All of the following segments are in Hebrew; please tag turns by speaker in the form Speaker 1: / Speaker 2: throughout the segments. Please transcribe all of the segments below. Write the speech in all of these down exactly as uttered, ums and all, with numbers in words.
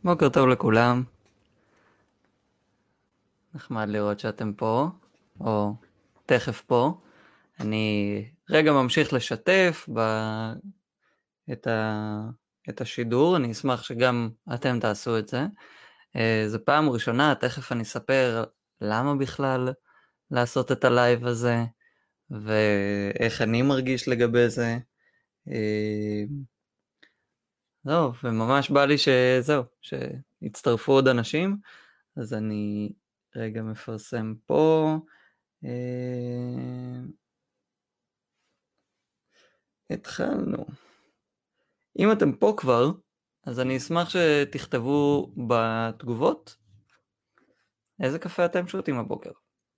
Speaker 1: בוקר טוב לכולם, נחמד לראות שאתם פה, או תכף פה. אני רגע ממשיך לשתף ב... את, ה... את השידור, אני אשמח שגם אתם תעשו את זה. זו פעם ראשונה, תכף אני אספר למה בכלל לעשות את הלייב הזה, ואיך אני מרגיש לגבי זה. זהו, וממש בא לי שזהו, שיצטרפו עוד אנשים, אז אני רגע מפרסם פה. התחלנו. אם אתם פה כבר, אז אני אשמח שתכתבו בתגובות איזה קפה אתם שותים הבוקר.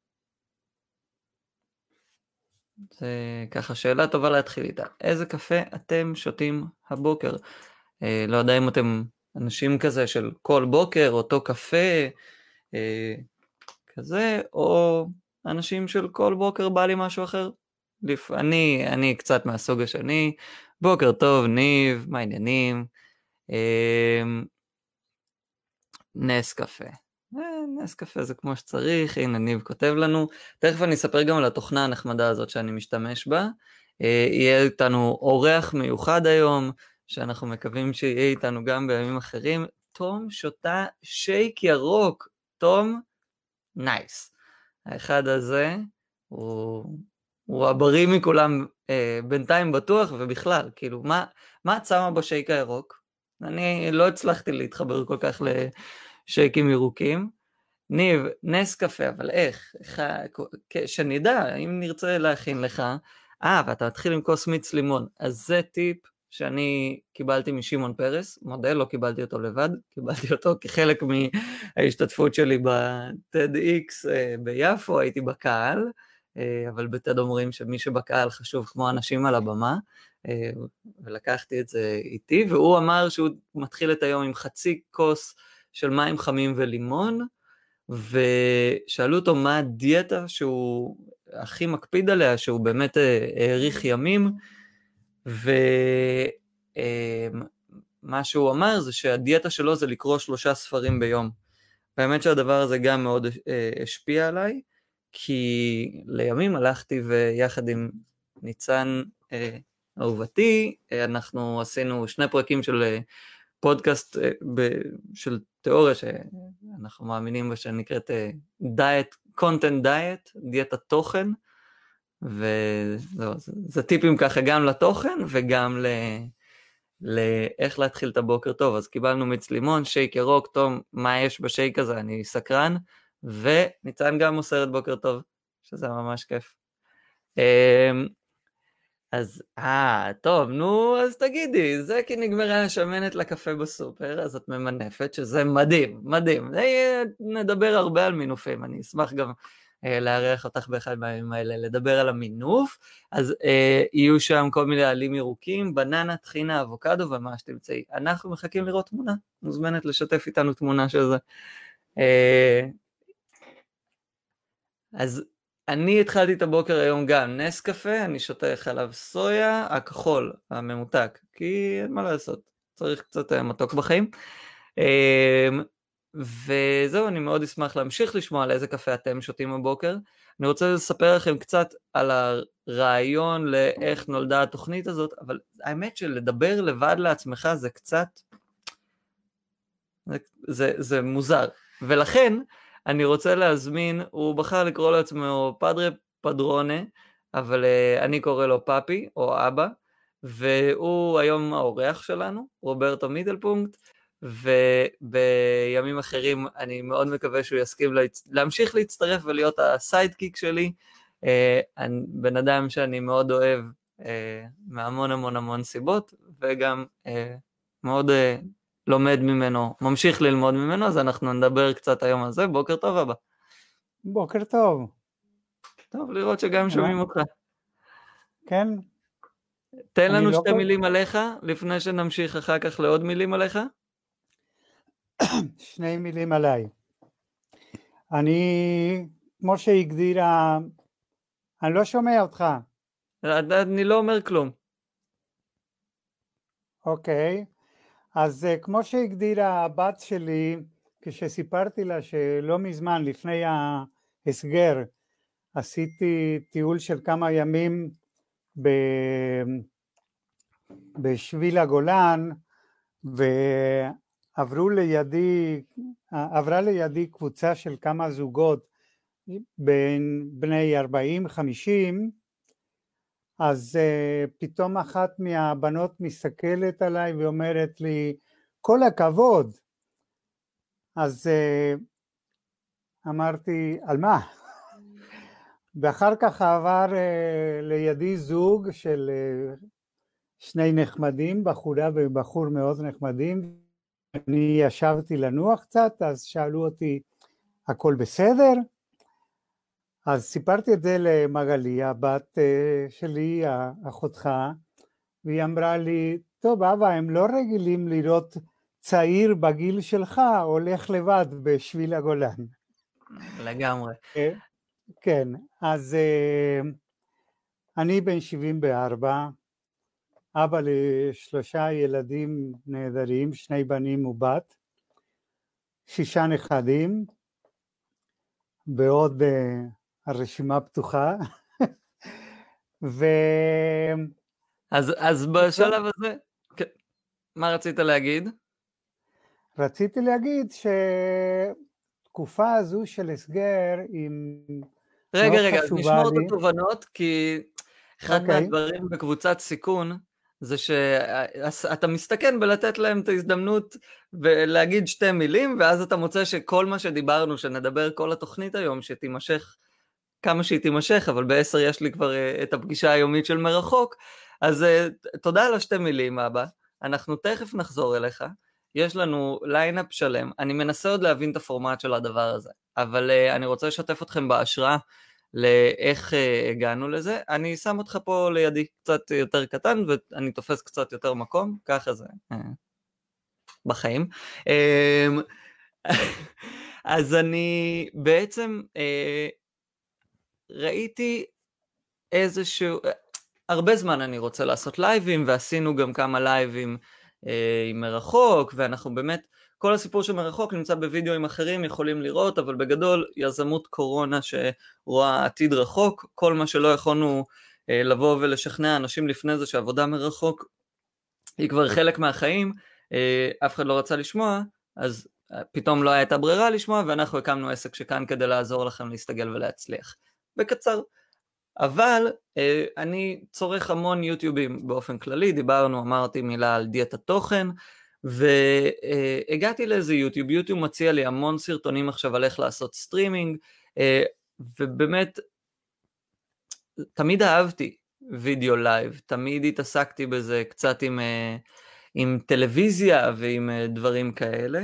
Speaker 1: זה ככה שאלה טובה להתחיל איתה. איזה קפה אתם שותים הבוקר? אה, לא יודע אם אתם אנשים כזה של כל בוקר, אותו קפה, אה, כזה, או אנשים של כל בוקר בא לי משהו אחר. לפ... אני, אני קצת מהסוג השני. בוקר טוב, ניב, מה העניינים? אה, נס קפה. אה, נס קפה זה כמו שצריך, הנה ניב כותב לנו. תכף אני אספר גם על התוכנה הנחמדה הזאת שאני משתמש בה. אה, יהיה איתנו אורח מיוחד היום, שאנחנו מקווים שיהיה איתנו גם בימים אחרים. תום שותה שייק ירוק. תום, נייס. האחד הזה הוא, הוא הבריא מכולם אה, בינתיים בטוח ובכלל, כאילו מה, מה את שמה בשייק הירוק? אני לא הצלחתי להתחבר כל כך לשייקים ירוקים. ניב, נס קפה, אבל איך? איך שנדע, אם נרצה להכין לך, אה, ואתה מתחיל עם כוס מיץ לימון, אז זה טיפ שאני קיבלתי משמעון פרס, מודל, לא קיבלתי אותו לבד, קיבלתי אותו כחלק מההשתתפות שלי ב-TEDx ביפו, הייתי בקהל, אבל ב-TED אומרים שמי שבקהל חשוב כמו אנשים על הבמה, ולקחתי את זה איתי, והוא אמר שהוא מתחיל את היום עם חצי כוס של מים חמים ולימון, ושאלו אותו מה הדיאטה שהוא הכי מקפיד עליה, שהוא באמת העריך ימים, ומה שהוא אמר זה שהדיאטה שלו זה לקרוא שלושה ספרים ביום. באמת שהדבר הזה גם מאוד השפיע עליי, כי לימים הלכתי ויחד עם ניצן אהובתי, אנחנו עשינו שני פרקים של פודקאסט של תיאוריה שאנחנו מאמינים בה שנקראת דיאט, קונטנט דיאט, דיאטת תוכן, וזה זה טיפים ככה גם לתוכן וגם ל, לאיך להתחיל את הבוקר טוב. אז קיבלנו מיץ לימון, שייק ירוק, תום, מה יש בשייק הזה? אני סקרן, וניצן גם מוסרת בוקר טוב, שזה ממש כיף. אז, אה, טוב, נו, אז תגידי, זה כי נגמרה השמנת לקפה בסופר, אז את ממנפת, שזה מדהים, מדהים. נדבר הרבה על מינופים, אני אשמח גם אה, לארח אותך באחד מהימים האלה, לדבר על המינוף, אז אה, יהיו שם כל מיני עלים ירוקים, בננה, טחינה, אבוקדו, ומה שתמצאי. אנחנו מחכים לראות תמונה, מוזמנת לשתף איתנו תמונה של זה. אה, אז... אני התחלתי את הבוקר היום גם נס קפה, אני שותה חלב סויה, הכחול, הממותק, כי אין מה לעשות, צריך קצת מתוק בחיים. וזהו, אני מאוד אשמח להמשיך לשמוע על איזה קפה אתם שותים בבוקר. אני רוצה לספר לכם קצת על הרעיון לאיך נולדה התוכנית הזאת, אבל האמת שלדבר לבד לעצמך זה קצת, זה, זה, זה מוזר, ולכן, אני רוצה להזמין, הוא בחר לקרוא לעצמו פדרה פדרונה, אבל uh, אני קורא לו פאפי או אבא, והוא היום האורח שלנו, רוברטו מידלפונקט, ובימים אחרים אני מאוד מקווה שהוא יסכים להצ... להמשיך להצטרף ולהיות הסיידקיק שלי, uh, אני, בן אדם שאני מאוד אוהב uh, מהמון המון המון סיבות, וגם uh, מאוד... Uh, לומד ממנו, ממשיך ללמוד ממנו, אז אנחנו נדבר קצת היום על זה. בוקר טוב אבא.
Speaker 2: בוקר טוב.
Speaker 1: טוב, לראות שגם שומעים אותך.
Speaker 2: כן.
Speaker 1: תן לנו שתי מילים עליך, לפני שנמשיך אחר כך לעוד מילים עליך.
Speaker 2: שני מילים עליי. אני, כמו שהגדירה, אני לא שומע אותך.
Speaker 1: אני לא אומר כלום.
Speaker 2: אוקיי. אז כמו שהגדירה הבת שלי, כשסיפרתי לה שלא מזמן, לפני ההסגר, עשיתי טיול של כמה ימים ב... בשביל הגולן, ועברו לידי, עברה לידי קבוצה של כמה זוגות, בין בני ארבעים חמישים, אז uh, פתאום אחת מהבנות מסתכלת עליי ואומרת לי, כל הכבוד. אז uh, אמרתי, על מה? ואחר כך עבר uh, לידי זוג של uh, שני נחמדים, בחורה ובחור מאוד נחמדים, אני ישבתי לנוח קצת, אז שאלו אותי, הכל בסדר? אז סיפרתי את זה למגלי, הבת שלי, אחותך, והיא אמרה לי, טוב אבא, הם לא רגילים לראות צעיר בגיל שלך, הולך לבד בשביל הגולן.
Speaker 1: לגמרי.
Speaker 2: כן, אז אני בן שבעים וארבע, אבא לשלושה ילדים נהדרים, שני בנים ובת, שישה נכדים, ועוד הרשימה פתוחה. ו...
Speaker 1: אז, אז בשלב הזה, מה רצית להגיד?
Speaker 2: רציתי להגיד שתקופה הזו של הסגר היא
Speaker 1: רגע,
Speaker 2: מאוד
Speaker 1: רגע,
Speaker 2: חשובה
Speaker 1: נשמור
Speaker 2: לי.
Speaker 1: את התובנות, כי אחד
Speaker 2: okay.
Speaker 1: מהדברים בקבוצת סיכון, זה שאתה מסתכן בלתת להם את ההזדמנות ולהגיד שתי מילים, ואז אתה מוצא שכל מה שדיברנו, שנדבר כל התוכנית היום, שתימשך כמה שהיא תימשך, אבל בעשר יש לי כבר את הפגישה היומית של מרחוק, אז תודה על השתי מילים, אבא, אנחנו תכף נחזור אליך, יש לנו ליינאפ שלם, אני מנסה עוד להבין את הפורמט של הדבר הזה, אבל אני רוצה לשתף אתכם בהשראה, לאיך הגענו לזה, אני שם אותך פה לידי קצת יותר קטן, ואני תופס קצת יותר מקום, ככה זה בחיים. אז אני בעצם ראיתי איזשהו, הרבה זמן אני רוצה לעשות לייבים, ועשינו גם כמה לייבים עם מרחוק, ואנחנו באמת, כל הסיפור של מרחוק נמצא בווידאוים אחרים, יכולים לראות, אבל בגדול יזמות קורונה שרואה עתיד רחוק, כל מה שלא יכולנו לבוא ולשכנע אנשים לפני זה שעבודה מרחוק היא כבר חלק מהחיים, אף אחד לא רצה לשמוע, אז פתאום לא הייתה ברירה לשמוע, ואנחנו הקמנו עסק שכאן כדי לעזור לכם להסתגל ולהצליח. בקצר. אבל אני צורך המון יוטיובים באופן כללי, דיברנו, אמרתי מילה על דיאטת תוכן, והגעתי לאיזה יוטיוב, יוטיוב מציע לי המון סרטונים עכשיו על איך לעשות סטרימינג, ובאמת תמיד אהבתי וידאו לייב, תמיד התעסקתי בזה קצת עם, עם טלוויזיה ועם דברים כאלה,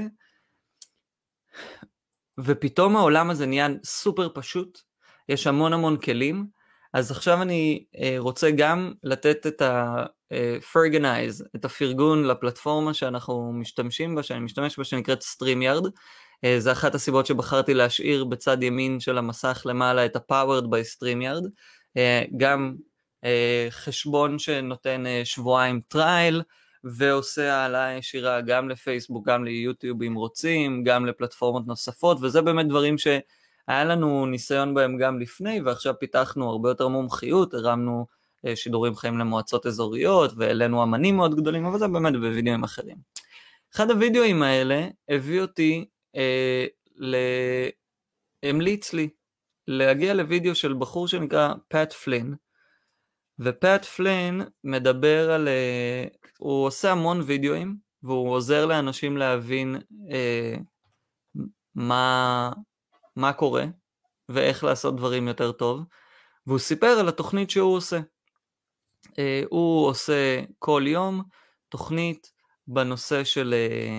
Speaker 1: ופתאום העולם הזה נהיה סופר פשוט, יש המון המון כלים, אז עכשיו אני רוצה גם לתת את ה-Ferganize, את הפרגון לפלטפורמה שאנחנו משתמשים בה, שאני משתמש בה, שנקראת StreamYard. זה אחת הסיבות שבחרתי להשאיר בצד ימין של המסך למעלה את ה-Powered by StreamYard. גם חשבון שנותן שבועיים טרייל, ועושה העלה ישירה גם לפייסבוק, גם ליוטיוב אם רוצים, גם לפלטפורמות נוספות, וזה באמת דברים ש... היה לנו ניסיון בהם גם לפני, ועכשיו פיתחנו הרבה יותר מומחיות, הרמנו שידורים חיים למועצות אזוריות, ואלינו אמנים מאוד גדולים, אבל זה באמת בווידאוים אחרים. אחד הווידאוים האלה הביא אותי, אה, ל... המליץ לי, להגיע לוידאו של בחור שנקרא פאט פלין, ופאט פלין מדבר על, אה, הוא עושה המון וידאוים, והוא עוזר לאנשים להבין אה, מה... מה קורה, ואיך לעשות דברים יותר טוב, והוא סיפר על התוכנית שהוא עושה. הוא עושה כל יום תוכנית בנושא של,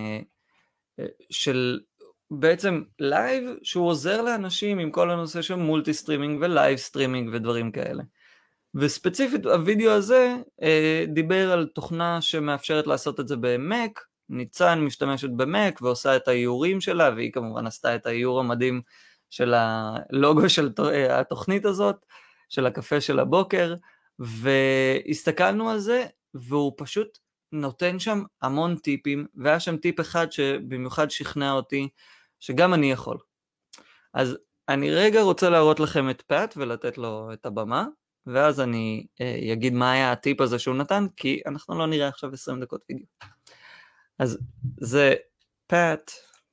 Speaker 1: של בעצם לייב, שהוא עוזר לאנשים עם כל הנושא של מולטי סטרימינג ולייב סטרימינג ודברים כאלה. וספציפית הווידאו הזה דיבר על תוכנה שמאפשרת לעשות את זה במק, ניצן משתמשת במק ועושה את האיורים שלה, והיא כמובן עשתה את האיור המדהים של הלוגו של התוכנית הזאת, של הקפה של הבוקר, והסתכלנו על זה, והוא פשוט נותן שם המון טיפים, והיה שם טיפ אחד שבמיוחד שכנע אותי, שגם אני יכול. אז אני רגע רוצה להראות לכם את פאט ולתת לו את הבמה, ואז אני אה, אגיד מה היה הטיפ הזה שהוא נתן, כי אנחנו לא נראה עכשיו עשרים דקות וידאו. אז זה פאט.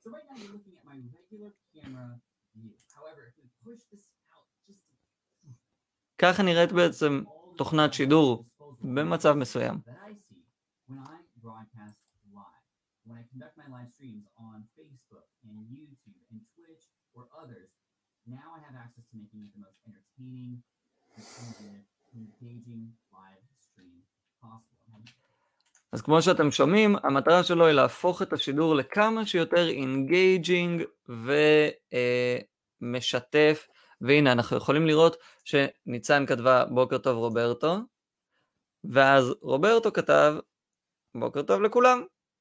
Speaker 1: ככה נראית בעצם תוכנת שידור במצב מסוים. When I conduct my live streams on Facebook and YouTube and Twitch or others, now I have access to making it the most entertaining, informative, engaging live stream possible. אז כמו שאתם שומעים, המטרה שלו היא להפוך את השידור לכמה שיותר engaging ומשתף, והנה אנחנו יכולים לראות שניצן כתבה בוקר טוב רוברטו, ואז רוברטו כתב בוקר טוב לכולם.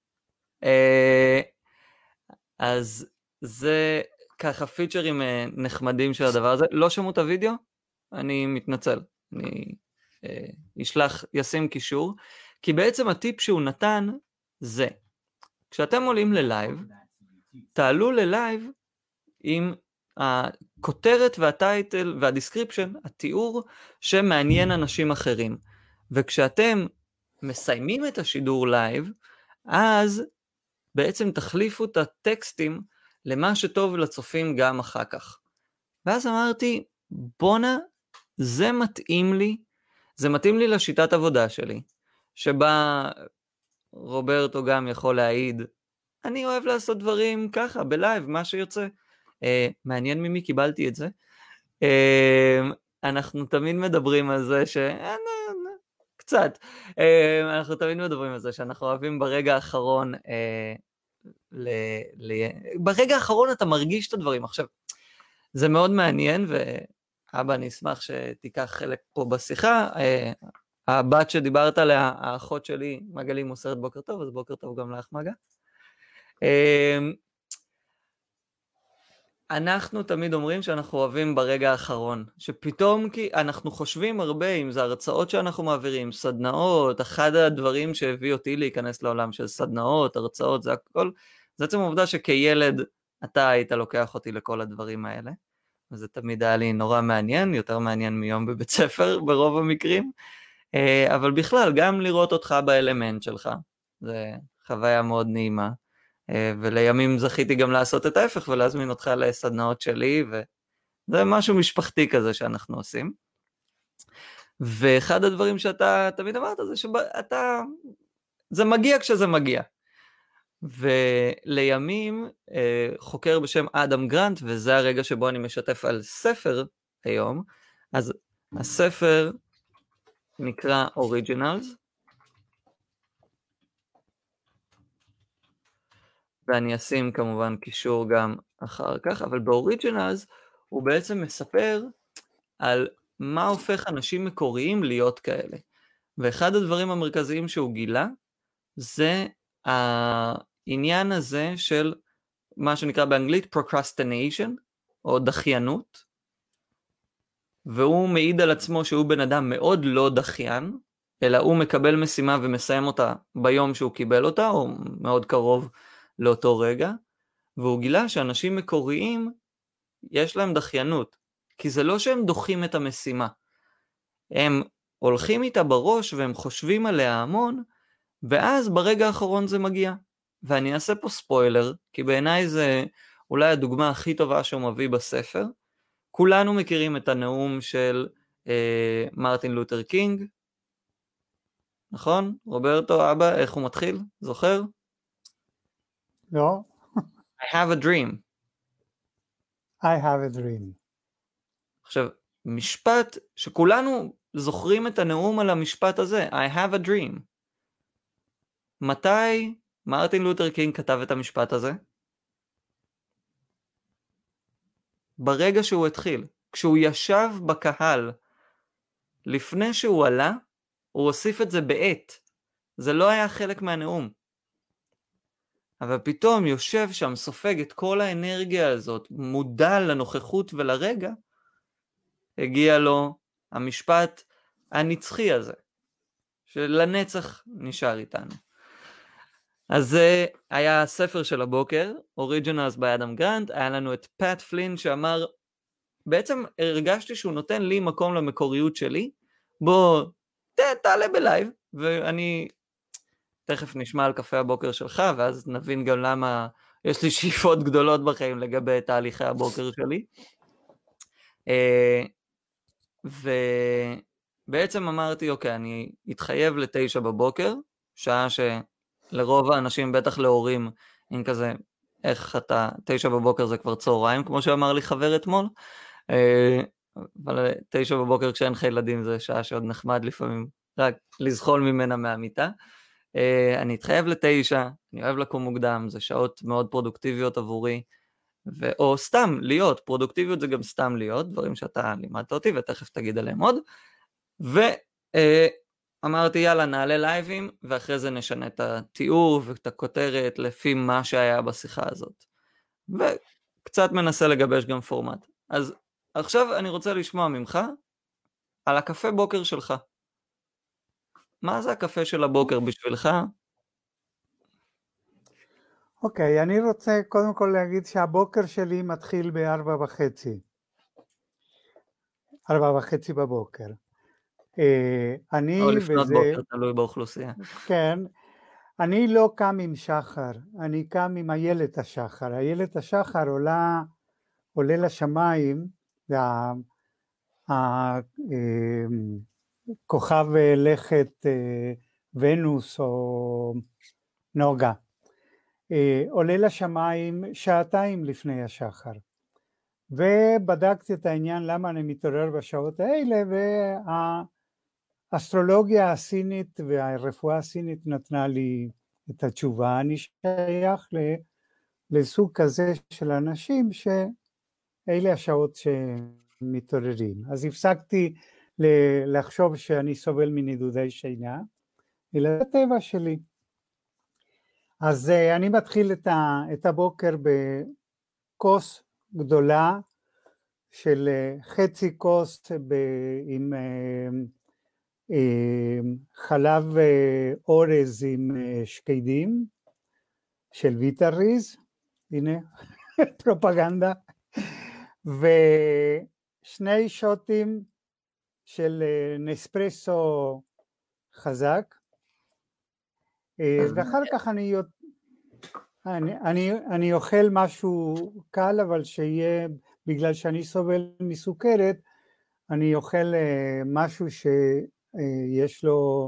Speaker 1: אז זה ככה פיצ'רים נחמדים של הדבר הזה. לא שמעו את הוידאו? אני מתנצל. אני אשלח, ישים קישור. כי בעצם הטיפ שהוא נתן זה, כשאתם עולים ללייב, תעלו ללייב עם הכותרת והטייטל והדיסקריפשן, התיאור שמעניין אנשים אחרים. וכשאתם מסיימים את השידור לייב, אז בעצם תחליפו את הטקסטים למה שטוב לצופים גם אחר כך. ואז אמרתי, בונה, זה מתאים לי, זה מתאים לי לשיטת עבודה שלי, שבה רוברטו גם יכול להעיד, אני אוהב לעשות דברים ככה, בלייב, מה שיוצא. אה, מעניין ממי קיבלתי את זה. אה, אנחנו תמיד מדברים על זה ש... קצת. אנחנו תמיד מדברים על זה שאנחנו אוהבים ברגע האחרון, ל... ל... ברגע האחרון אתה מרגיש את הדברים. עכשיו, זה מאוד מעניין, ואבא, אני אשמח שתיקח חלק פה בשיחה. הבת שדיברת עליה, האחות שלי, מגלי מוסרת בוקר טוב, אז בוקר טוב גם לך מגה. אנחנו תמיד אומרים שאנחנו אוהבים ברגע האחרון, שפתאום כי אנחנו חושבים הרבה, אם זה הרצאות שאנחנו מעבירים, סדנאות, אחד הדברים שהביא אותי להיכנס לעולם של סדנאות, הרצאות, זה הכל, זה בעצם העובדה שכילד אתה היית לוקח אותי לכל הדברים האלה, וזה תמיד היה לי נורא מעניין, יותר מעניין מיום בבית ספר ברוב המקרים, אבל בכלל גם לראות אותך באלמנט שלך, זה חוויה מאוד נעימה, ולימים זכיתי גם לעשות את ההפך ולהזמין אותך לסדנאות שלי, וזה משהו משפחתי כזה שאנחנו עושים. ואחד הדברים שאתה תמיד אמרת זה שאתה, זה מגיע כשזה מגיע. ולימים חוקר בשם אדם גרנט, וזה הרגע שבו אני משתף על ספר היום, אז הספר נקרא Originals, ואני אשים כמובן קישור גם אחר כך, אבל באוריג'ינלס הוא בעצם מספר על מה הופך אנשים מקוריים להיות כאלה. ואחד הדברים המרכזיים שהוא גילה, זה העניין הזה של מה שנקרא באנגלית procrastination, או דחיינות, והוא מעיד על עצמו שהוא בן אדם מאוד לא דחיין, אלא הוא מקבל משימה ומסיים אותה ביום שהוא קיבל אותה, או מאוד קרוב לאותו רגע, והוא גילה שאנשים מקוריים יש להם דחיינות, כי זה לא שהם דוחים את המשימה, הם הולכים איתה בראש והם חושבים עליה המון, ואז ברגע האחרון זה מגיע. ואני אעשה פה ספוילר, כי בעיניי זה אולי הדוגמה הכי טובה שהוא מביא בספר. כולנו מכירים את הנאום של אה, מרטין לותר קינג, נכון? רוברטו, אבא, איך הוא מתחיל? זוכר?
Speaker 2: לא.
Speaker 1: I have a dream.
Speaker 2: I have a dream.
Speaker 1: עכשיו, משפט שכולנו זוכרים את הנאום על המשפט הזה, I have a dream. מתי מרטין לותר קינג כתב את המשפט הזה? ברגע שהוא התחיל. כשהוא ישב בקהל, לפני שהוא עלה, הוא הוסיף את זה בעת. זה לא היה חלק מהנאום. אבל פתאום יושב שם, סופג את כל האנרגיה הזאת, מודע לנוכחות ולרגע, הגיע לו המשפט הנצחי הזה, שלנצח נשאר איתנו. אז זה היה הספר של הבוקר, Originals by Adam Grant, היה לנו את פאט פלין שאמר, בעצם הרגשתי שהוא נותן לי מקום למקוריות שלי, בוא ת, תעלה בלייב, ואני תכף נשמע על קפה הבוקר שלך, ואז נבין גם למה יש לי שאיפות גדולות בחיים לגבי תהליכי הבוקר שלי. ובעצם אמרתי, אוקיי, אני אתחייב לתשע בבוקר, שעה שלרוב האנשים, בטח להורים, עם כזה, איך אתה, תשע בבוקר זה כבר צהריים, כמו שאמר לי חבר אתמול, אבל תשע בבוקר כשאין לך ילדים זה שעה שעוד נחמד לפעמים, רק לזחול ממנה מהמיטה. אני אתחייב לתשע, אני אוהב לקום מוקדם, זה שעות מאוד פרודוקטיביות עבורי, ו... או סתם להיות, פרודוקטיביות זה גם סתם להיות, דברים שאתה לימדת אותי ותכף תגיד עליהם עוד, ואמרתי יאללה נעלה לייבים, ואחרי זה נשנה את התיאור ואת הכותרת לפי מה שהיה בשיחה הזאת, וקצת מנסה לגבש גם פורמט. אז עכשיו אני רוצה לשמוע ממך על הקפה בוקר שלך. מה זה הקפה של הבוקר בשבילך?
Speaker 2: אוקיי, okay, אני רוצה קודם כל להגיד שהבוקר שלי מתחיל בארבע וחצי. ארבע וחצי בבוקר. אני
Speaker 1: או לפנות
Speaker 2: וזה...
Speaker 1: בוקר, תלוי באוכלוסייה.
Speaker 2: כן, אני לא קם עם שחר, אני קם עם איילת השחר. איילת השחר עולה, עולה לשמיים, זה הכוכב לכת ונוס או נוגה. עולה לשמיים שעתיים לפני השחר, ובדקתי את העניין למה אני מתעורר בשעות האלה, והאסטרולוגיה הסינית והרפואה הסינית נתנה לי את התשובה. אני שייך לסוג כזה של אנשים שאלה השעות שמתעוררים. אז הפסקתי לחשוב שאני סובל מנדודי שינה, אלא הטבע שלי. אז uh, אני מתחיל את, ה, את הבוקר בכוס גדולה של uh, חצי כוס ב, עם uh, uh, חלב uh, אורז עם uh, שקדים של ויטריז, הנה פרופגנדה, ושני שוטים של uh, נספרסו חזק, ואחר כך אני, אני, אני, אני אוכל משהו קל, אבל שיהיה, בגלל שאני סובל מסוכרת, אני אוכל משהו שיש לו,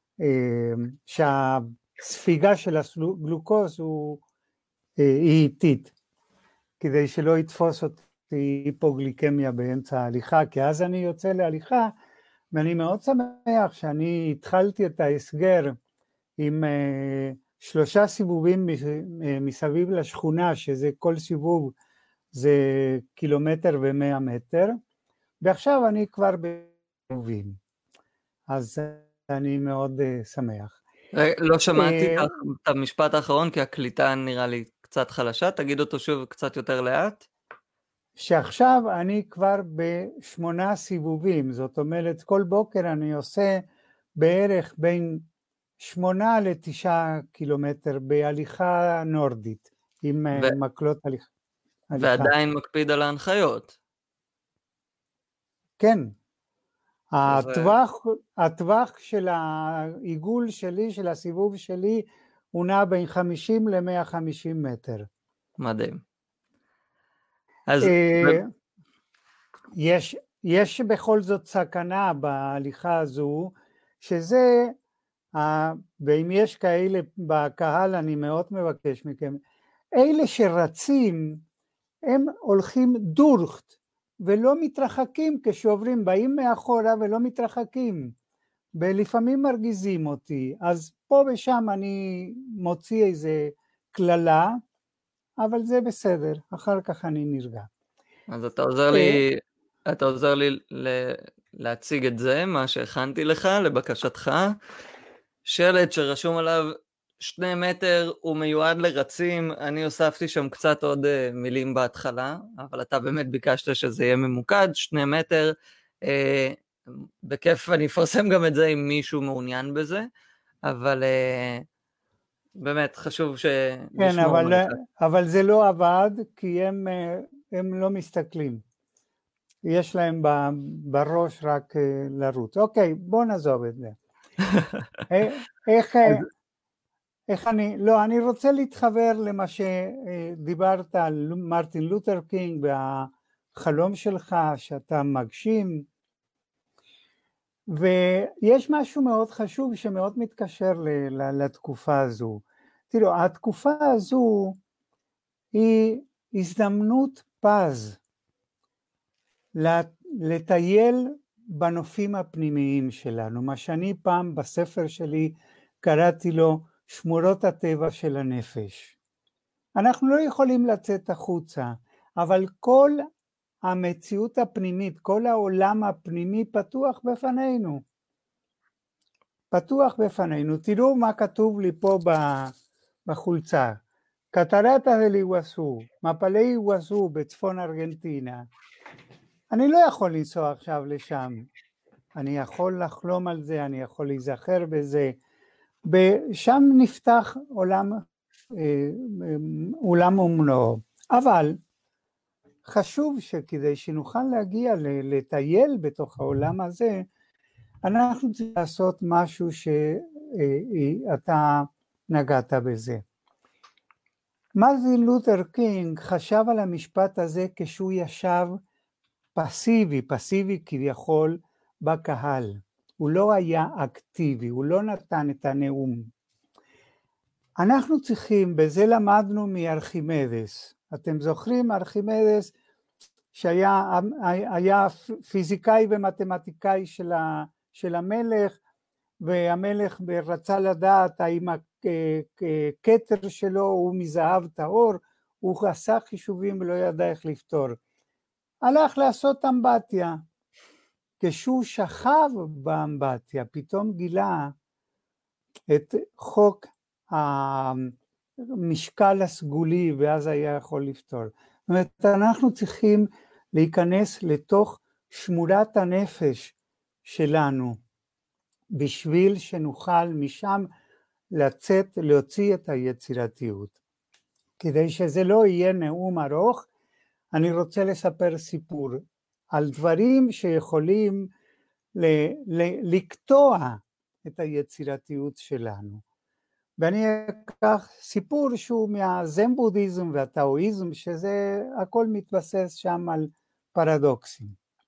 Speaker 2: שהספיגה של הגלוקוז הוא, היא איטית, כדי שלא יתפוס אותי היפוגליקמיה באמצע ההליכה, כי אז אני יוצא להליכה, ואני מאוד שמח שאני התחלתי את ההסגר, עם uh, שלושה סיבובים מסביב לשכונה, שזה כל סיבוב זה קילומטר ומאה מטר, ועכשיו אני כבר בסיבובים, אז אני מאוד uh, שמח.
Speaker 1: לא שמעתי uh, את המשפט האחרון, כי הקליטה נראה לי קצת חלשה, תגיד אותו שוב קצת יותר לאט.
Speaker 2: שעכשיו אני כבר בשמונה סיבובים, זאת אומרת כל בוקר אני עושה בערך בין שמונה לתשעה קילומטר בהליכה נורדית, עם ו... מקלות הליכה.
Speaker 1: ועדיין מקפיד על ההנחיות.
Speaker 2: כן. הטווח, הטווח של העיגול שלי, של הסיבוב שלי, הוא נע בין חמישים למאה וחמישים מטר.
Speaker 1: מדהים. אז...
Speaker 2: יש, יש בכל זאת סכנה בהליכה הזו, שזה... ואם יש כאלה בקהל, אני מאוד מבקש מכם, אלה שרצים, הם הולכים דורכט, ולא מתרחקים כשעוברים, באים מאחורה ולא מתרחקים, ולפעמים מרגיזים אותי, אז פה ושם אני מוציא איזה כללה, אבל זה בסדר, אחר כך אני נרגע.
Speaker 1: אז אתה עוזר לי, אתה עוזר לי להציג את זה, מה שהכנתי לך, לבקשתך, שלט שרשום עליו שני מטר, הוא מיועד לרצים, אני הוספתי שם קצת עוד uh, מילים בהתחלה, אבל אתה באמת ביקשת שזה יהיה ממוקד, שני מטר, uh, בכיף אני אפרסם גם את זה אם מישהו מעוניין בזה, אבל uh, באמת חשוב
Speaker 2: כן,
Speaker 1: שנשמור
Speaker 2: אבל,
Speaker 1: מרחק.
Speaker 2: אבל זה לא עבד, כי הם, הם לא מסתכלים. יש להם בראש רק לרוץ. אוקיי, בוא נעזוב את זה. איך, איך אני, לא, אני רוצה להתחבר למה שדיברת על מרטין לותר קינג והחלום שלך שאתה מגשים, ויש משהו מאוד חשוב שמאוד מתקשר לתקופה הזו. תראו, התקופה הזו היא הזדמנות פז לטייל בנופים הפנימיים שלנו, מה שאני פעם בספר שלי קראתי לו שמורות הטבע של הנפש. אנחנו לא יכולים לצאת החוצה, אבל כל המציאות הפנימית, כל העולם הפנימי פתוח בפנינו. פתוח בפנינו. תראו מה כתוב לי פה בחולצה. קטרטה דל איגואסו, מפלי איגואסו בצפון ארגנטינה. אני לא יכול לנסוע עכשיו לשם. אני יכול לחלום על זה, אני יכול להיזכר בזה. שם נפתח עולם, עולם ומלואו. אבל חשוב שכדי שנוכל להגיע לטייל בתוך העולם הזה, אנחנו צריכים לעשות משהו שאתה נגעת בזה. מרטין לותר קינג חשב על המשפט הזה כשהוא ישב פסיבי, פסיבי כביכול בקהל. הוא לא היה אקטיבי, הוא לא נתן את הנאום. אנחנו צריכים, בזה למדנו מארכימדס. אתם זוכרים, ארכימדס שהיה היה פיזיקאי ומתמטיקאי של, ה, של המלך, והמלך רצה לדעת האם הכתר שלו הוא מזהב טהור, הוא עשה חישובים ולא ידע איך לפתור. הלך לעשות אמבטיה. כשהוא שכב באמבטיה, פתאום גילה את חוק המשקל הסגולי, ואז היה יכול לפתור. זאת אומרת, אנחנו צריכים להיכנס לתוך שמורת הנפש שלנו, בשביל שנוכל משם לצאת, להוציא את היצירתיות. כדי שזה לא יהיה נאום ארוך, אני רוצה לספר סיפור על דברים שיכולים ל- לקטוע את היצירתיות שלנו. ואני אקח סיפור שהוא מהזן בודהיזם והטאואיזם, שזה הכל מתבסס שם על פרדוקסים.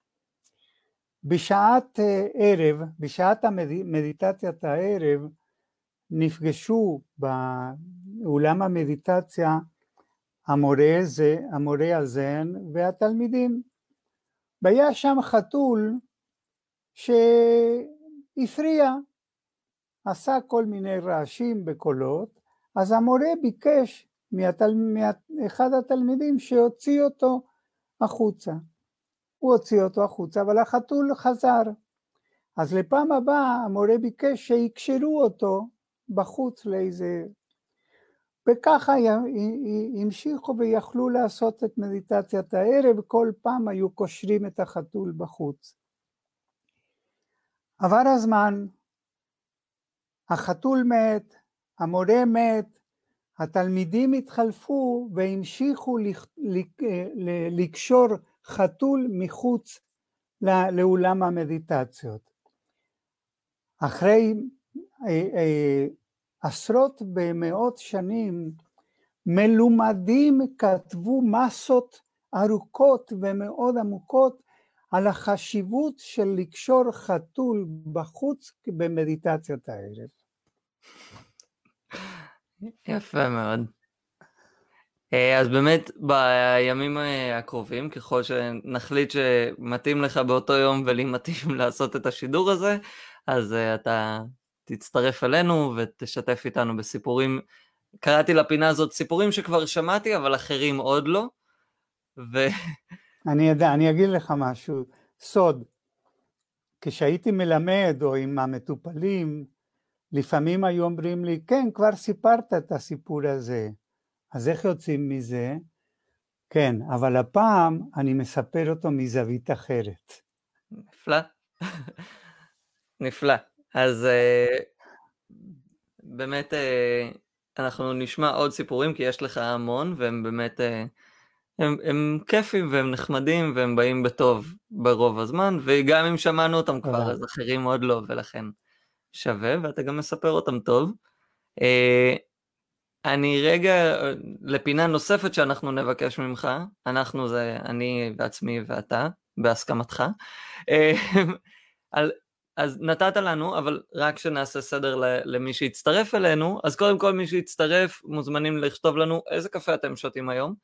Speaker 2: בשעת ערב, בשעת המדיטציית הערב, נפגשו באולם המדיטציה המורה, זה, המורה הזן והתלמידים. והיה שם חתול שהפריע, עשה כל מיני רעשים בקולות, אז המורה ביקש מהתל... מאחד התלמידים שהוציא אותו החוצה. הוא הוציא אותו החוצה, אבל החתול חזר. אז לפעם הבאה המורה ביקש שיקשרו אותו בחוץ לאיזה... וככה המשיכו ויכלו לעשות את מדיטציית הערב, כל פעם היו קושרים את החתול בחוץ. עבר הזמן, החתול מת, המורה מת, התלמידים התחלפו והמשיכו לקשור חתול מחוץ לאולם המדיטציות. אחרי עשרות במאות שנים, מלומדים כתבו מסות ארוכות ומאוד עמוקות על החשיבות של לקשור חתול בחוץ במדיטציית הערב.
Speaker 1: יפה מאוד. אז באמת בימים הקרובים, ככל שנחליט שמתאים לך באותו יום ולי מתאים לעשות את השידור הזה, אז אתה תצטרף אלינו ותשתף איתנו בסיפורים. קראתי לפינה הזאת סיפורים שכבר שמעתי, אבל אחרים עוד לא. ו...
Speaker 2: אני יודע, אני אגיד לך משהו, סוד. כשהייתי מלמד או עם המטופלים, לפעמים היו אומרים לי, כן, כבר סיפרת את הסיפור הזה. אז איך יוצאים מזה? כן, אבל הפעם אני מספר אותו מזווית אחרת.
Speaker 1: נפלא. נפלא. אז באמת אנחנו נשמע עוד סיפורים, כי יש לך המון, והם באמת, הם, הם כיפים והם נחמדים, והם באים בטוב ברוב הזמן, וגם אם שמענו אותם כבר,
Speaker 2: תודה.
Speaker 1: אז אחרים עוד לא, ולכן שווה, ואתה גם מספר אותם טוב. אני רגע, לפינה נוספת שאנחנו נבקש ממך, אנחנו זה אני ועצמי ואתה, בהסכמתך, אז נתת לנו, אבל רק שנעשה סדר למי שיצטרף אלינו, אז קודם כל מי שיצטרף מוזמנים לכתוב לנו איזה קפה אתם שותים היום,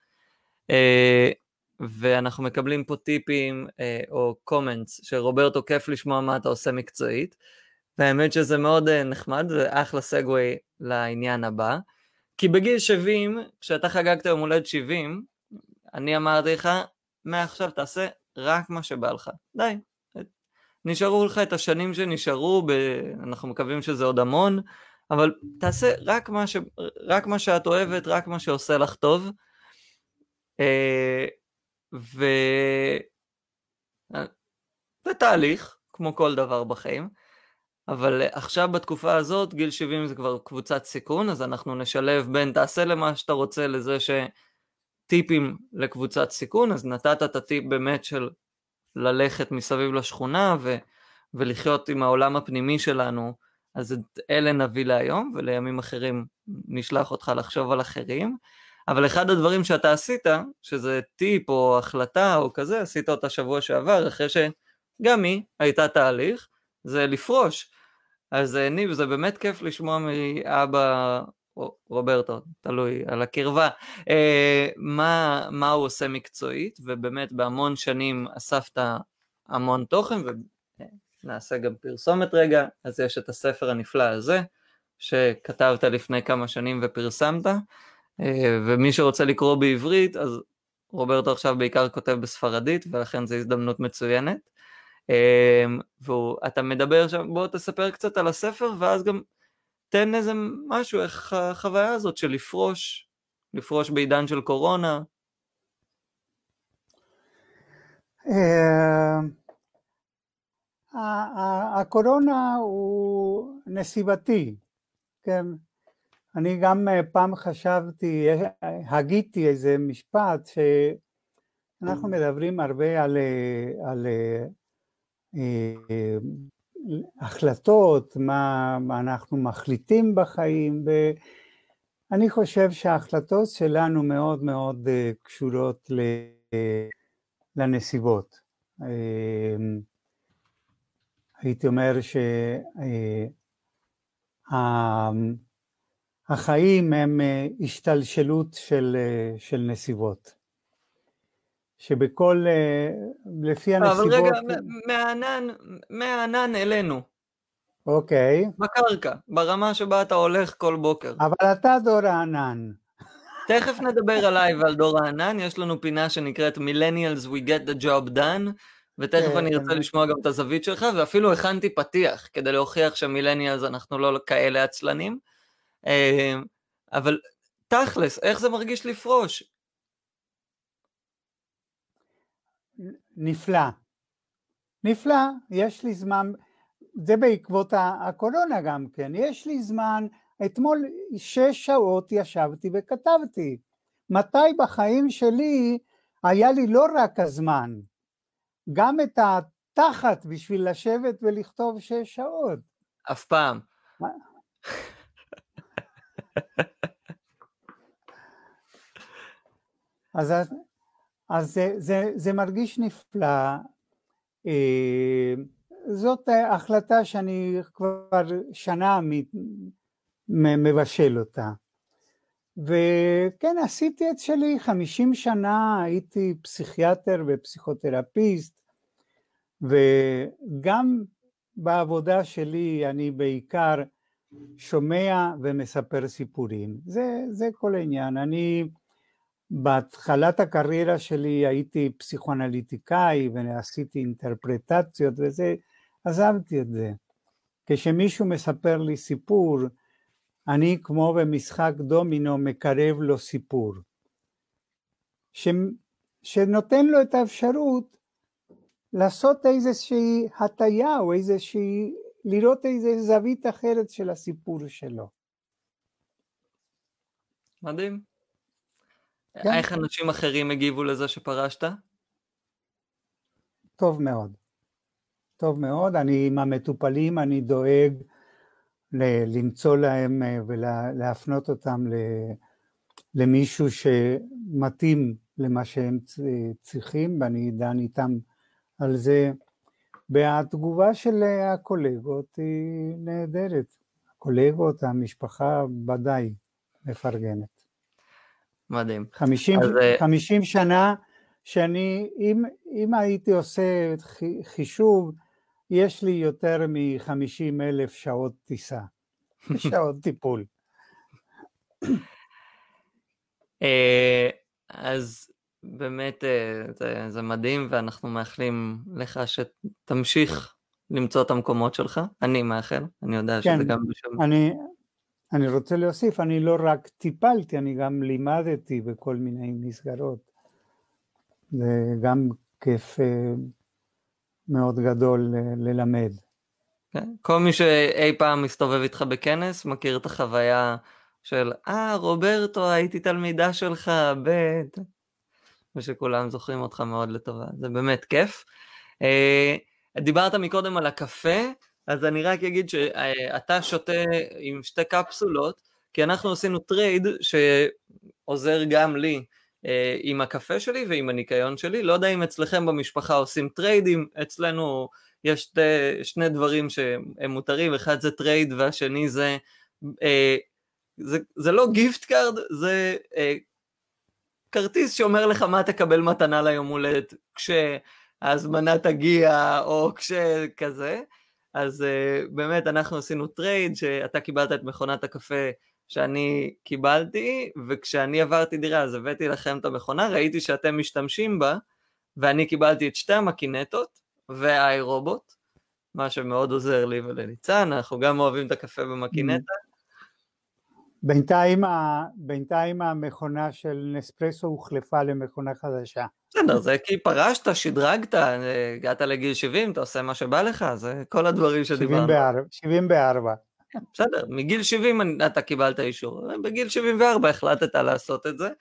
Speaker 1: ואנחנו מקבלים פה טיפים או קומנטס, שרוברטו כיף לשמוע מה אתה עושה מקצועית, והאמת שזה מאוד נחמד, זה אחלה סגווי לעניין הבא, כי בגיל שבעים, כשאתה חגגת יום הולדת שבעים, אני אמרתי לך, מעכשיו תעשה רק מה שבא לך. די. נשארו לך את השנים שנשארו, ב... אנחנו מקווים שזה עוד המון, אבל תעשה רק מה, ש... רק מה שאת אוהבת, רק מה שעושה לך טוב. ו... זה תהליך, כמו כל דבר בחיים. אבל עכשיו בתקופה הזאת, גיל שבעים זה כבר קבוצת סיכון, אז אנחנו נשלב בין תעשה למה שאתה רוצה לזה שטיפים לקבוצת סיכון, אז נתת את הטיפ באמת של ללכת מסביב לשכונה ו, ולחיות עם העולם הפנימי שלנו, אז את אלה נביא להיום, ולימים אחרים נשלח אותך לחשוב על אחרים, אבל אחד הדברים שאתה עשית, שזה טיפ או החלטה או כזה, עשית אותה שבוע שעבר, אחרי שגם היא הייתה תהליך, זה לפרוש. אז ניב, זה באמת כיף לשמוע מאבא, או רוברטו, תלוי על הקרבה, אה, מה, מה הוא עושה מקצועית, ובאמת בהמון שנים אספת המון תוכן, ונעשה גם פרסומת רגע, אז יש את הספר הנפלא הזה, שכתבת לפני כמה שנים ופרסמת, אה, ומי שרוצה לקרוא בעברית, אז רוברטו עכשיו בעיקר כותב בספרדית, ולכן זו הזדמנות מצוינת, ואתה מדבר שם, בוא תספר קצת על הספר, ואז גם תן איזה משהו, איך החוויה הזאת של לפרוש, לפרוש בעידן של קורונה.
Speaker 2: הקורונה הוא נסיבתי, כן, אני גם פעם חשבתי, הגיתי איזה משפט, שאנחנו מדברים הרבה על, על החלטות, מה, מה אנחנו מחליטים בחיים, ואני חושב שההחלטות שלנו מאוד מאוד קשורות לנסיבות. הייתי אומר שהחיים הם השתלשלות של, של נסיבות. שבכל, לפי הנסיבות...
Speaker 1: אבל רגע, מהענן, מהענן אלינו.
Speaker 2: אוקיי.
Speaker 1: בקרקע, ברמה שבה אתה הולך כל בוקר.
Speaker 2: אבל אתה דור הענן.
Speaker 1: תכף נדבר עליי ועל דור הענן, יש לנו פינה שנקראת Millennials We Get the Job Done, ותכף אני ארצה לשמוע גם את הזווית שלך, ואפילו הכנתי פתיח, כדי להוכיח שמילניאלס אנחנו לא כאלה עצלנים, אבל תכלס, איך זה מרגיש לפרוש?
Speaker 2: נפלא, נפלא, יש לי זמן, זה בעקבות הקורונה גם כן, יש לי זמן, אתמול שש שעות ישבתי וכתבתי, מתי בחיים שלי היה לי לא רק הזמן, גם את התחת בשביל לשבת ולכתוב שש שעות.
Speaker 1: אף פעם.
Speaker 2: אז אז זה, זה, זה מרגיש נפלא, זאת החלטה שאני כבר שנה מבשל אותה, וכן עשיתי את שלי, חמישים שנה הייתי פסיכיאטר ופסיכותרפיסט, וגם בעבודה שלי אני בעיקר שומע ומספר סיפורים, זה, זה כל העניין. אני בהתחלת הקריירה שלי הייתי פסיכואנליטיקאי ועשיתי אינטרפרטציות וזה, עזבתי את זה. כשמישהו מספר לי סיפור, אני כמו במשחק דומינו מקרב לו סיפור, ש... שנותן לו את האפשרות לעשות איזושהי הטיה או איזושהי, לראות איזו זווית אחרת של הסיפור שלו.
Speaker 1: מדהים.
Speaker 2: כן.
Speaker 1: איך אנשים אחרים הגיבו לזה שפרשת?
Speaker 2: טוב מאוד. טוב מאוד, אני עם המטופלים, אני דואג ל- למצוא להם ולהפנות אותם ל- למישהו שמתאים למה שהם צריכים, ואני דן איתם על זה. והתגובה של הקולגות היא נהדרת. הקולגות, המשפחה ודאי מפרגנת.
Speaker 1: מדהים.
Speaker 2: חמישים,
Speaker 1: אז,
Speaker 2: חמישים שנה שאני, אם, אם הייתי עושה חישוב, יש לי יותר מ-חמישים אלף שעות טיסה, שעות טיפול.
Speaker 1: אז באמת זה, זה מדהים, ואנחנו מאחלים לך שתמשיך למצוא את המקומות שלך. אני מאחל, אני יודע
Speaker 2: כן,
Speaker 1: שזה גם בשם.
Speaker 2: אני, אני רוצה להוסיף, אני לא רק טיפלתי, אני גם לימדתי בכל מיני מסגרות. זה גם כיף מאוד גדול ללמד.
Speaker 1: כן? כל מי שאי פעם מסתובב איתך בכנס, מכיר את החוויה של, אה, רוברטו, הייתי תלמידה שלך, בית, ושכולם זוכרים אותך מאוד לטובה. זה באמת כיף. דיברת מקודם על הקפה, אז אני רק אגיד שאתה שותה עם שתי קפסולות, כי אנחנו עשינו טרייד שעוזר גם לי עם הקפה שלי ועם הניקיון שלי. לא יודע אם אצלכם במשפחה עושים טריידים, אצלנו יש שתי, שני דברים שהם מותרים, אחד זה טרייד והשני זה, זה, זה לא גיפט קארד, זה כרטיס שאומר לך מה תקבל מתנה ליום הולדת, כשההזמנה תגיע או כשכזה. אז uh, באמת אנחנו עשינו טרייד, שאתה קיבלת את מכונת הקפה שאני קיבלתי, וכשאני עברתי דירה אז הבאתי לכם את המכונה, ראיתי שאתם משתמשים בה, ואני קיבלתי את שתי המקינטות והאירובוט, מה שמאוד עוזר לי ולניצן, אנחנו גם אוהבים את הקפה במקינטה.
Speaker 2: בינתיים, בינתיים המכונה של נספרסו הוחלפה למכונה חדשה.
Speaker 1: בסדר, זה כי פרשת, שדרגת, הגעת לגיל שבעים, אתה עושה מה שבא לך, זה כל הדברים שדיברנו.
Speaker 2: שבעים וארבע.
Speaker 1: בסדר, מגיל שבעים אתה קיבלת אישור, בגיל שבעים וארבע החלטת לעשות את זה.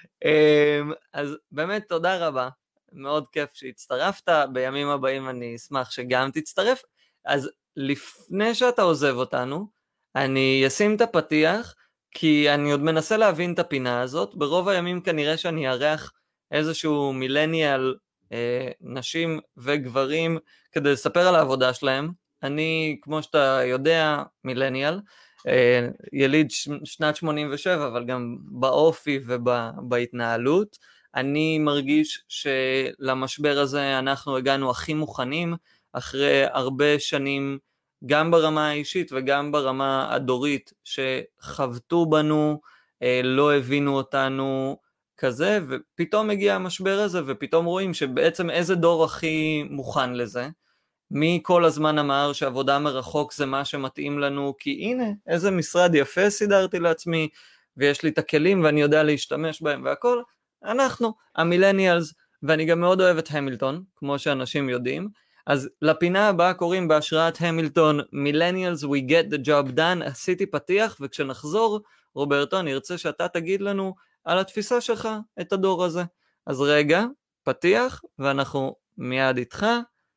Speaker 1: אז באמת תודה רבה, מאוד כיף שהצטרפת, בימים הבאים אני אשמח שגם תצטרף. אז לפני שאתה עוזב אותנו, אני אשים את הפתיח, כי אני עוד מנסה להבין את הפינה הזאת. ברוב הימים כנראה שאני ארח איזשהו מילניאל, אה, נשים וגברים, כדי לספר על העבודה שלהם. אני, כמו שאתה יודע, מילניאל, אה, יליד ש- שנת שמונים ושבע, אבל גם באופי ובהתנהלות. אני מרגיש שלמשבר הזה אנחנו הגענו הכי מוכנים, אחרי הרבה שנים, גם ברמה האישית וגם ברמה הדורית, שחבטו בנו, לא הבינו אותנו כזה, ופתאום הגיע המשבר הזה, ופתאום רואים שבעצם איזה דור הכי מוכן לזה. מי כל הזמן אמר שעבודה מרחוק זה מה שמתאים לנו, כי הנה, איזה משרד יפה סידרתי לעצמי, ויש לי את הכלים ואני יודע להשתמש בהם והכל. אנחנו, המילניאלס, ואני גם מאוד אוהב את המילטון, כמו שאנשים יודעים. אז לפינה הבאה קוראים בהשראת המילטון, Millennials we get the job done. עשיתי פתיח, וכשנחזור, רוברטו, אני ארצה שאתה תגיד לנו על התפיסה שלך את הדור הזה. אז רגע, פתיח, ואנחנו מיד איתך.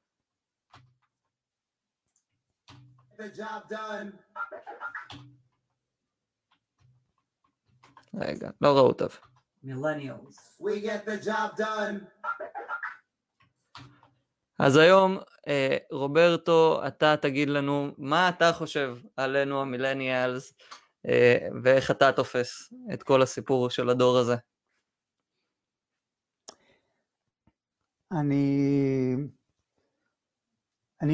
Speaker 1: The job done. רגע, לא ראו טוב.
Speaker 3: Millennials. We get the job done.
Speaker 1: אז היום, אה, רוברטו, אתה תגיד לנו מה אתה חושב עלינו המילניאלס, אה, ואיך אתה תופס את כל הסיפור של הדור הזה.
Speaker 2: אני, אני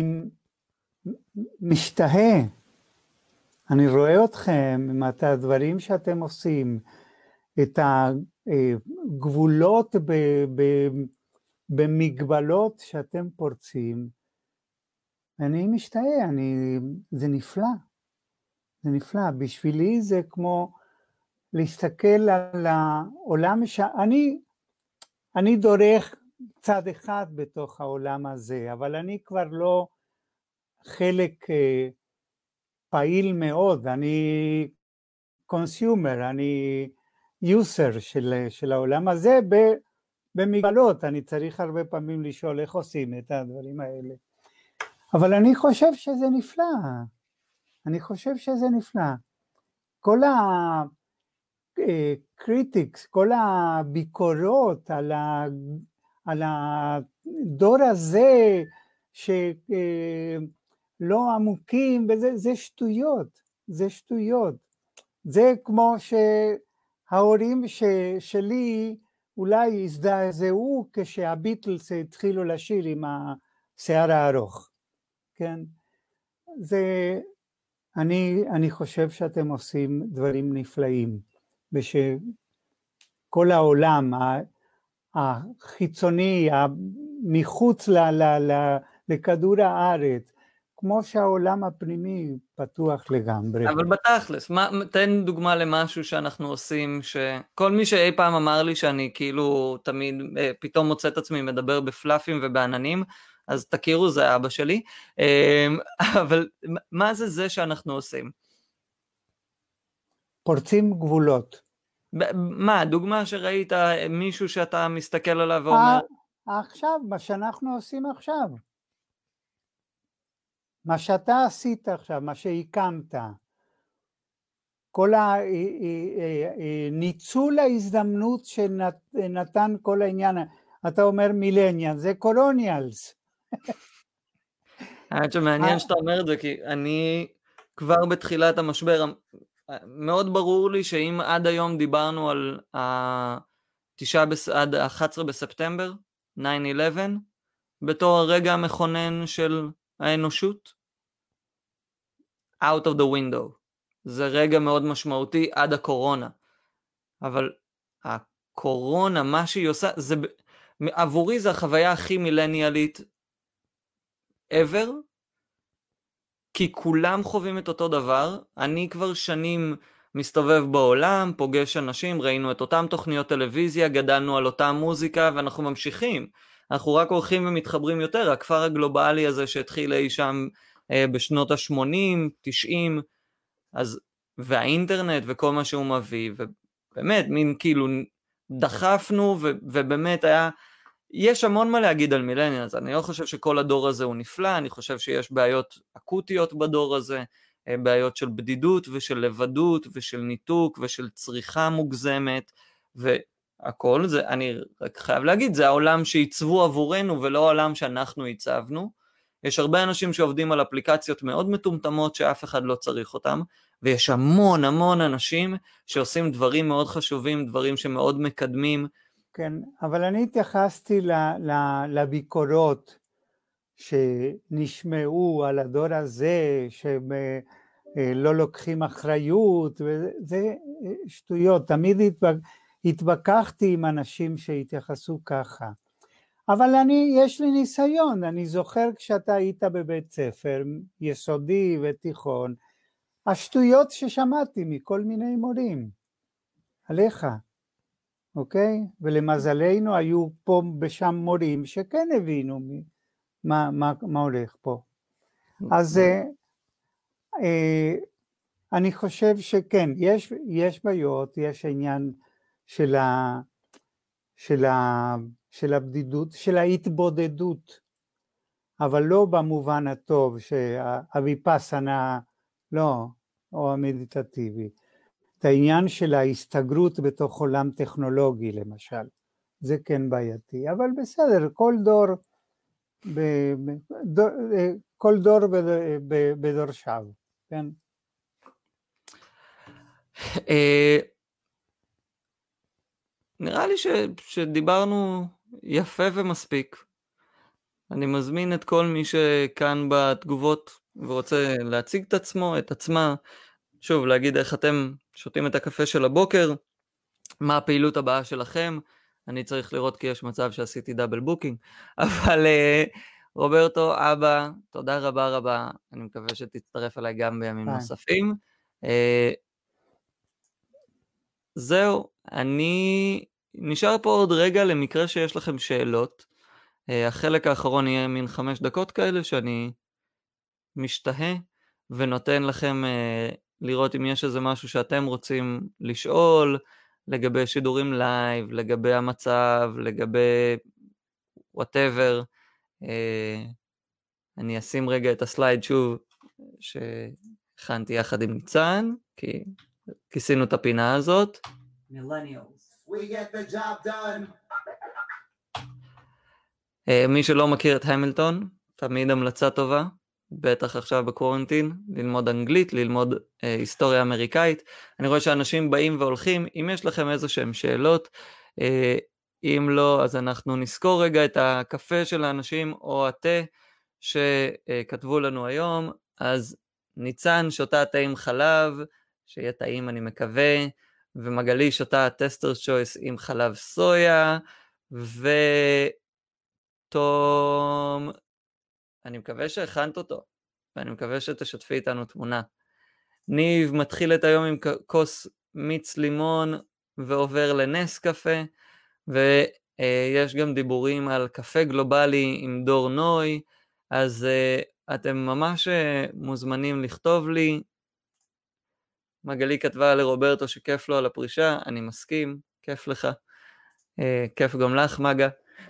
Speaker 2: משתהה, אני רואה אתכם, את הדברים שאתם עושים, את הגבולות ב, ב, במגבלות שאתם פורצים, אני משתהה, אני, זה נפלא, זה נפלא, בשבילי זה כמו להסתכל על העולם, שאני, אני דורך צד אחד בתוך העולם הזה, אבל אני כבר לא חלק פעיל מאוד, אני קונסיומר, אני יוסר של, של העולם הזה במגבלות, אני צריך הרבה פעמים לשאול איך עושים את הדברים האלה. אבל אני חושב שזה נפלא, אני חושב שזה נפלא. כל הקריטיקס, כל הביקורות על, ה, על הדור הזה שלא עמוקים, וזה, זה שטויות, זה שטויות. זה כמו שההורים ש, שלי אולי הזדעזעו כשהביטלס התחילו לשיר עם השיער הארוך. כן? זה, אני, אני חושב שאתם עושים דברים נפלאים, ושכל העולם החיצוני, מחוץ ל, ל, ל, לכדור הארץ, כמו שהעולם הפנימי פתוח לגמרי.
Speaker 1: אבל בתכלס, מה, תן דוגמה למשהו שאנחנו עושים, שכל מי שאי פעם אמר לי שאני כאילו תמיד פתאום מוצא את עצמי מדבר בפלאפים ובעננים, אז תכירו, זה אבא שלי. אבל מה זה זה שאנחנו עושים?
Speaker 2: פורצים גבולות.
Speaker 1: מה, דוגמה שראית מישהו שאתה מסתכל עליו ואומר...
Speaker 2: עכשיו, מה שאנחנו עושים עכשיו. מה שאתה עשית עכשיו, מה שהקמת, כל הניצול ההזדמנות שנתן כל העניין, אתה אומר מילניאל, זה קולוניאלס.
Speaker 1: האמת שמעניין שאתה אומר את זה, כי אני כבר בתחילת המשבר, מאוד ברור לי שאם עד היום דיברנו על עד ה-אחד עשר בספטמבר, תשע אחת עשרה, בתור הרגע המכונן של האנושות, out of the window. זה רגע מאוד משמעותי עד הקורונה. אבל הקורונה, מה שהיא עושה, זה, עבורי זה החוויה הכי מילניאלית ever, כי כולם חווים את אותו דבר. אני כבר שנים מסתובב בעולם, פוגש אנשים, ראינו את אותם תוכניות טלוויזיה, גדלנו על אותה מוזיקה, ואנחנו ממשיכים. אנחנו רק הולכים ומתחברים יותר. הכפר הגלובלי הזה שהתחיל אי שם אה, בשנות ה-שמונים, תשעים, אז, והאינטרנט וכל מה שהוא מביא, ובאמת, מין כאילו דחפנו, ו, ובאמת היה, יש המון מה להגיד על מילניאלס. אני לא חושב שכל הדור הזה הוא נפלא, אני חושב שיש בעיות אקוטיות בדור הזה, בעיות של בדידות ושל לבדות ושל ניתוק ושל צריכה מוגזמת, והכל זה, אני רק חייב להגיד, זה העולם שעיצבו עבורנו ולא העולם שאנחנו עיצבנו. יש הרבה אנשים שעובדים על אפליקציות מאוד מטומטמות שאף אחד לא צריך אותם, ויש המון המון אנשים שעושים דברים מאוד חשובים, דברים שמאוד מקדמים.
Speaker 2: כן, אבל אני התייחסתי ל, ל, לביקורות שנשמעו על הדור הזה, שהם לא לוקחים אחריות, וזה שטויות. תמיד התווכחתי עם אנשים שהתייחסו ככה. אבל אני, יש לי ניסיון, אני זוכר כשאתה היית בבית ספר, יסודי ותיכון, השטויות ששמעתי מכל מיני מורים, עליך, אוקיי? ולמזלנו היו פה בשם מורים שכן הבינו מה, מה, מה הולך פה. אז אה, אה, אני חושב שכן, יש, יש בעיות, יש עניין של ה... של ה... של הבדידות, של ההתבודדות, אבל לא במובן הטוב שהוויפאסנה, לא, או המדיטטיבי. את העניין של ההסתגרות בתוך עולם טכנולוגי למשל, זה כן בעייתי, אבל בסדר, כל דור, ב, ב, כל דור בדורשיו, כן?
Speaker 1: נראה לי ש, שדיברנו יפה ומספיק. אני מזמין את כל מי שכאן בתגובות ורוצה להציג את עצמו, את עצמה, שוב, להגיד איך אתם שותים את הקפה של הבוקר, מה הפעילות הבאה שלכם. אני צריך לראות כי יש מצב שעשיתי דאבל בוקינג, אבל רוברטו, אבא, תודה רבה רבה, אני מקווה שתצטרף אליי גם בימים נוספים. זהו, אני נשאר פה עוד רגע למקרה שיש לכם שאלות. החלק האחרון יהיה מין חמש דקות כאלה שאני משתהה ונותן לכם לראות אם יש איזה משהו שאתם רוצים לשאול, לגבי שידורים לייב, לגבי המצב, לגבי whatever. אני אשים רגע את הסלייד שוב שהכנתי יחד עם ניצן, כי כיסינו את הפינה הזאת.
Speaker 3: Millennials. We get the job done.
Speaker 1: מי שלא מכיר את המילטון, תמיד המלצה טובה, בטח עכשיו בקורנטין, ללמוד אנגלית, ללמוד אה, היסטוריה אמריקאית. אני רואה שאנשים באים והולכים, אם יש לכם איזה שהם שאלות, אה, אם לא, אז אנחנו נזכור רגע את הקפה של האנשים או התה שכתבו לנו היום. אז ניצן שותה תה עם חלב, שיהיה טעים אני מקווה, ומגלי שותה טסטר שויס עם חלב סויה, ו... תום, אני מקווה שהכנת אותו, ואני מקווה שתשתפי איתנו תמונה. ניב מתחיל את היום עם כוס מיץ לימון, ועובר לנס קפה, ויש גם דיבורים על קפה גלובלי עם דור נוי, אז אתם ממש מוזמנים לכתוב לי. מגלי כתבה לרוברטו שכיף לו על הפרישה, אני מסכים, כיף לך, כיף גם לך מגה.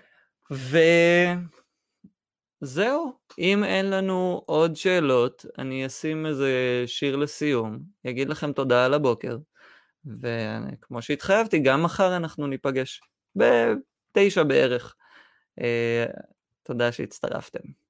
Speaker 1: וזהו, אם אין לנו עוד שאלות, אני אשים איזה שיר לסיום, אגיד לכם תודה על הבוקר, וכמו שהתחייבתי, גם מחר אנחנו ניפגש בתשע בערך. תודה שהצטרפתם.